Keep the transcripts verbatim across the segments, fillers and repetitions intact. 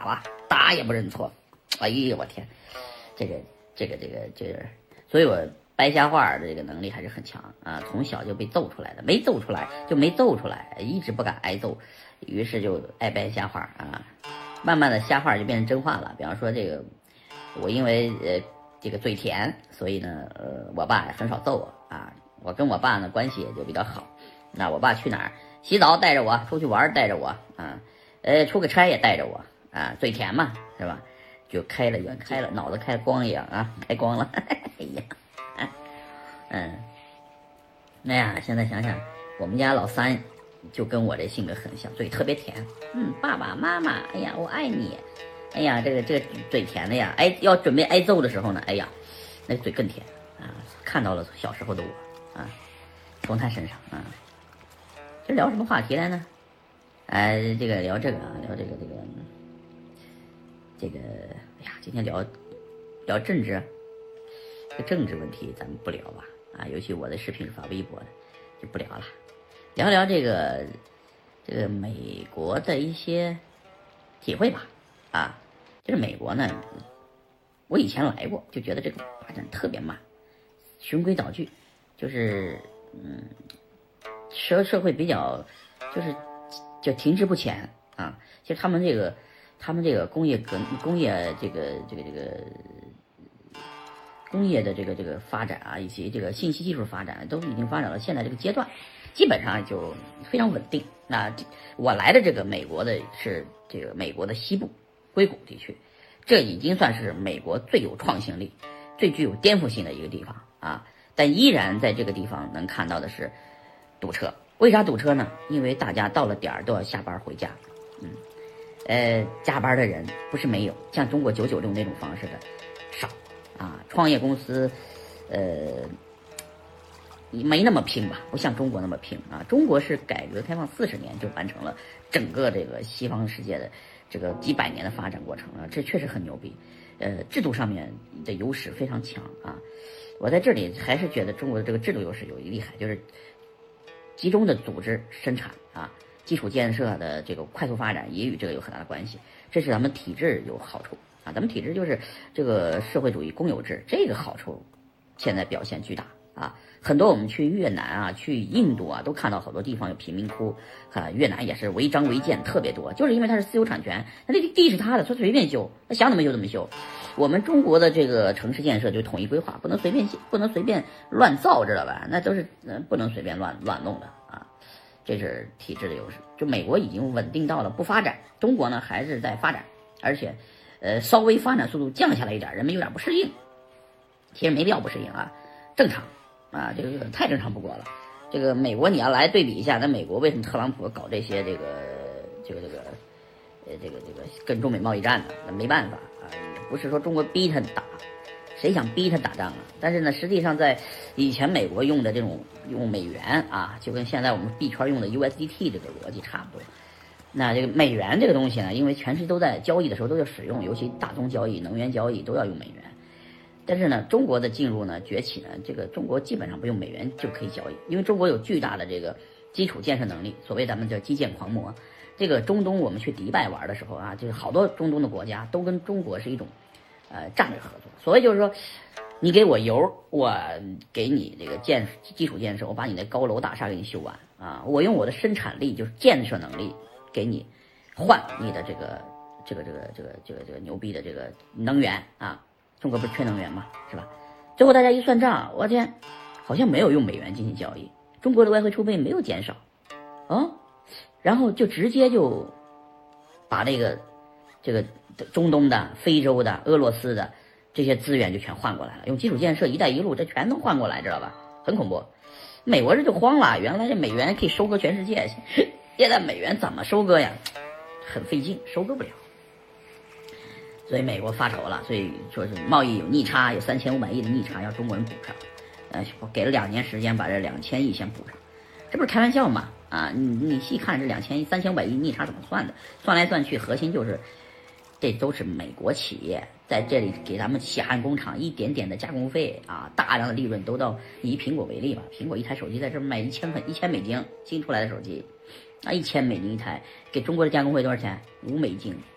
打了，打也不认错。哎呦我天，这个这个这个这个，所以我掰瞎话的这个能力还是很强啊，从小就被揍出来的，没揍出来就没揍出来，一直不敢挨揍，于是就爱掰瞎话啊，慢慢的瞎话就变成真话了。比方说这个，我因为呃这个嘴甜，所以呢呃我爸很少揍我啊，我跟我爸呢关系也就比较好。那我爸去哪儿洗澡带着我，出去玩带着我啊，呃出个差也带着我啊，嘴甜嘛是吧？就开了眼开了，脑子开光一样啊，开光了。哎呀，嗯，那呀，现在想想，我们家老三就跟我这性格很像，嘴特别甜。嗯，爸爸妈妈，哎呀，我爱你。哎呀，这个这个嘴甜的呀，哎，要准备挨揍的时候呢，哎呀，那嘴更甜啊！看到了小时候的我啊，从他身上啊。这聊什么话题来呢？哎，这个聊这个啊，聊这个这个这个，哎呀，今天聊聊政治，这个政治问题咱们不聊吧啊，尤其我的视频是发微博的，就不聊了，聊聊这个这个美国的一些体会吧啊，就是美国呢，我以前来过，就觉得这个发展特别慢，循规蹈矩，就是嗯。社社会比较，就是就停滞不前啊。其实他们这个，他们这个工业革工业这个这个这个工业的这个这个发展啊，以及这个信息技术发展，都已经发展到现在这个阶段，基本上就非常稳定。那我来的这个美国的是这个美国的西部硅谷地区，这已经算是美国最有创新力、最具有颠覆性的一个地方啊。但依然在这个地方能看到的是。堵车，为啥堵车呢？因为大家到了点儿都要下班回家，嗯，呃，加班的人不是没有，像中国九九六那种方式的少啊。创业公司，呃，没那么拼吧，不像中国那么拼啊。中国是改革开放四十年就完成了整个这个西方世界的这个几百年的发展过程啊，这确实很牛逼。呃，制度上面的优势非常强啊。我在这里还是觉得中国的这个制度优势有一厉害，就是。集中的组织生产啊，基础建设的这个快速发展也与这个有很大的关系，这是咱们体制有好处啊。咱们体制就是这个社会主义公有制，这个好处现在表现巨大啊。很多我们去越南啊、去印度啊，都看到好多地方有贫民窟啊。越南也是违章违建特别多，就是因为它是私有产权，那这地是他的，他随便修，他想怎么修怎么修。我们中国的这个城市建设就统一规划，不能随便不能随便乱造，知道吧？那都是嗯不能随便乱乱弄的啊，这是体制的优势。就美国已经稳定到了不发展，中国呢还是在发展，而且呃稍微发展速度降下来一点，人们有点不适应。其实没必要不适应啊，正常啊，这个太正常不过了。这个美国你要来对比一下，那美国为什么特朗普搞这些这个这个这个呃这个这个跟中美贸易战呢？那没办法。不是说中国逼他打，谁想逼他打仗啊？但是呢，实际上在以前美国用的这种用美元啊，就跟现在我们币圈用的 U S D T 这个逻辑差不多。那这个美元这个东西呢，因为全世界都在交易的时候都要使用，尤其大宗交易、能源交易都要用美元。但是呢，中国的进入呢、崛起呢，这个中国基本上不用美元就可以交易，因为中国有巨大的这个基础建设能力，所谓咱们叫基建狂魔。这个中东我们去迪拜玩的时候啊，就是好多中东的国家都跟中国是一种呃战略合作。所谓就是说，你给我油，我给你这个建基础建设，我把你的高楼大厦给你修完啊，我用我的生产力就是建设能力给你换你的这个这个这个这个这个这个牛逼的这个能源啊。中国不是缺能源吗？是吧？最后大家一算账，我天，好像没有用美元进行交易，中国的外汇储备没有减少啊。然后就直接就把那个这个中东的、非洲的、俄罗斯的这些资源就全换过来了，用基础建设、一带一路这全都换过来，知道吧？很恐怖。美国这就慌了，原来这美元可以收割全世界，现在美元怎么收割呀？很费劲，收割不了。所以美国发愁了，所以说是贸易有逆差，有三千五百亿的逆差要中国人补上，呃，给了两年时间把这两千亿先补上，这不是开玩笑吗？啊，你你细看这两千亿、三千五百亿逆差怎么算的？算来算去，核心就是这都是美国企业在这里给咱们血汗工厂一点点的加工费啊，大量的利润都到。以苹果为例吧，苹果一台手机在这卖一千块一千美金新出来的手机，啊，一千美金一台，给中国的加工费多少钱？五美金，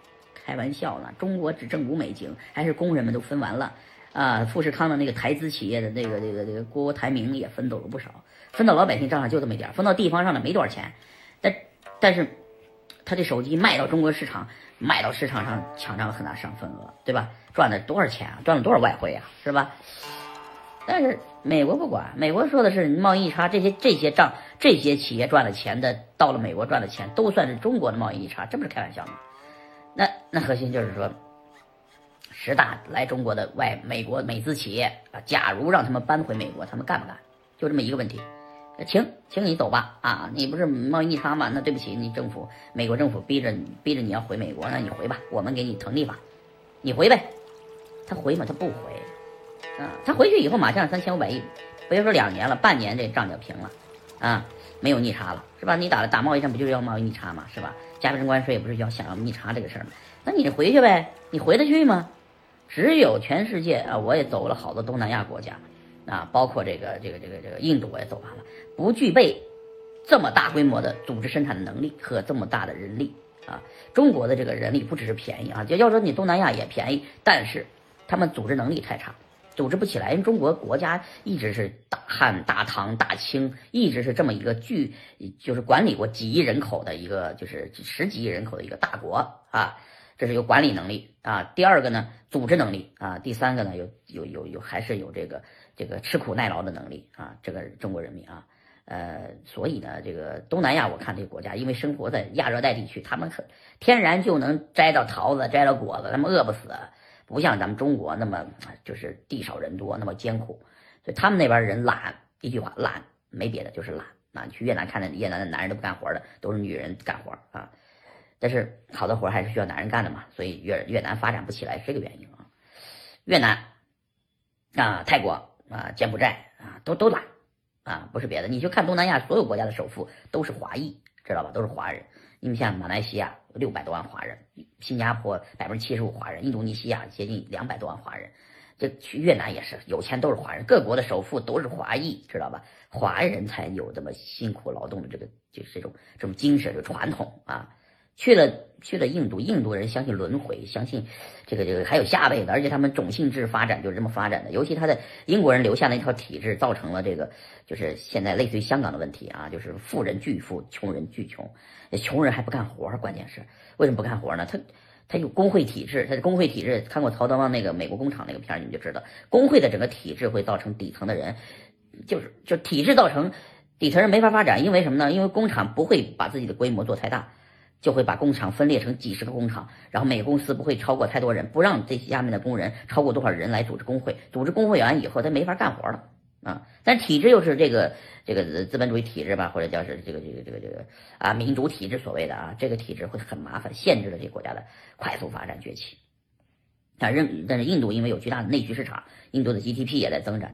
开玩笑呢，中国只挣五美金，还是工人们都分完了啊。富士康的那个台资企业的那个这个这个郭台铭也分走了不少，分到老百姓账上就这么一点，分到地方上呢没多少钱。但但是他这手机卖到中国市场，卖到市场上抢占了很大市场份额，对吧？赚了多少钱啊？赚了多少外汇啊？是吧？但是美国不管，美国说的是贸易逆差，这些这些账，这些企业赚了钱的，到了美国赚的钱都算是中国的贸易逆差，这不是开玩笑吗？那那核心就是说，十大来中国的外美国美资企业啊，假如让他们搬回美国，他们干不干？就这么一个问题。请，请你走吧啊！你不是贸易逆差吗？那对不起，你政府美国政府逼着你逼着你要回美国，那你回吧，我们给你腾地方，你回呗。他回吗？他不回。啊，他回去以后马上三千五百亿，别说两年了，半年这账就平了，啊，没有逆差了，是吧？你打了打贸易战不就是要贸易逆差吗？是吧？加征关税也不是要想要逆差这个事儿吗？那你回去呗，你回得去吗？只有全世界啊，我也走了好多东南亚国家，啊，包括这个这个这个这个印度我也走完了，不具备这么大规模的组织生产的能力和这么大的人力啊。中国的这个人力不只是便宜啊，就要说你东南亚也便宜，但是他们组织能力太差。组织不起来，因为中国国家一直是大汉、大唐、大清，一直是这么一个巨，就是管理过几亿人口的一个，就是十几亿人口的一个大国啊。这是有管理能力啊。第二个呢，组织能力啊。第三个呢，有有有有还是有这个这个吃苦耐劳的能力啊。这个中国人民啊，呃，所以呢，这个东南亚我看这个国家，因为生活在亚热带地区，他们很天然就能摘到桃子、摘到果子，他们饿不死。不像咱们中国那么就是地少人多那么艰苦，所以他们那边人懒，一句话懒，没别的就是懒啊。你去越南看的越南的男人都不干活的，都是女人干活啊。但是好多活还是需要男人干的嘛，所以越越南发展不起来是这个原因啊。越南啊、泰国啊、柬埔寨啊，都都懒啊，不是别的。你就看东南亚所有国家的首富都是华裔，知道吧？都是华人。你们像马来西亚六百多万华人，新加坡百分之七十五华人，印度尼西亚接近两百多万华人，这去越南也是有钱都是华人，各国的首富都是华裔，知道吧？华人才有这么辛苦劳动的这个就是这种这种精神，这种传统啊。去了去了印度，印度人相信轮回，相信这个这个还有下辈子，而且他们种姓制发展就是这么发展的。尤其他的英国人留下那套体制，造成了这个就是现在类似于香港的问题啊，就是富人巨富，穷人巨穷，穷人还不干活，关键是为什么不干活呢？他他有工会体制，他的工会体制，看过曹德旺那个美国工厂那个片儿，你们就知道，工会的整个体制会造成底层的人，就是就体制造成底层人没法发展，因为什么呢？因为工厂不会把自己的规模做太大。就会把工厂分裂成几十个工厂，然后每个公司不会超过太多人，不让这下面的工人超过多少人来组织工会，组织工会完以后他没法干活了啊。但体制又是这个这个资本主义体制吧，或者叫是这个这个这个这个啊民主体制所谓的啊，这个体制会很麻烦，限制了这个国家的快速发展崛起。啊，认但是印度因为有巨大的内需市场，印度的 G D P 也在增长，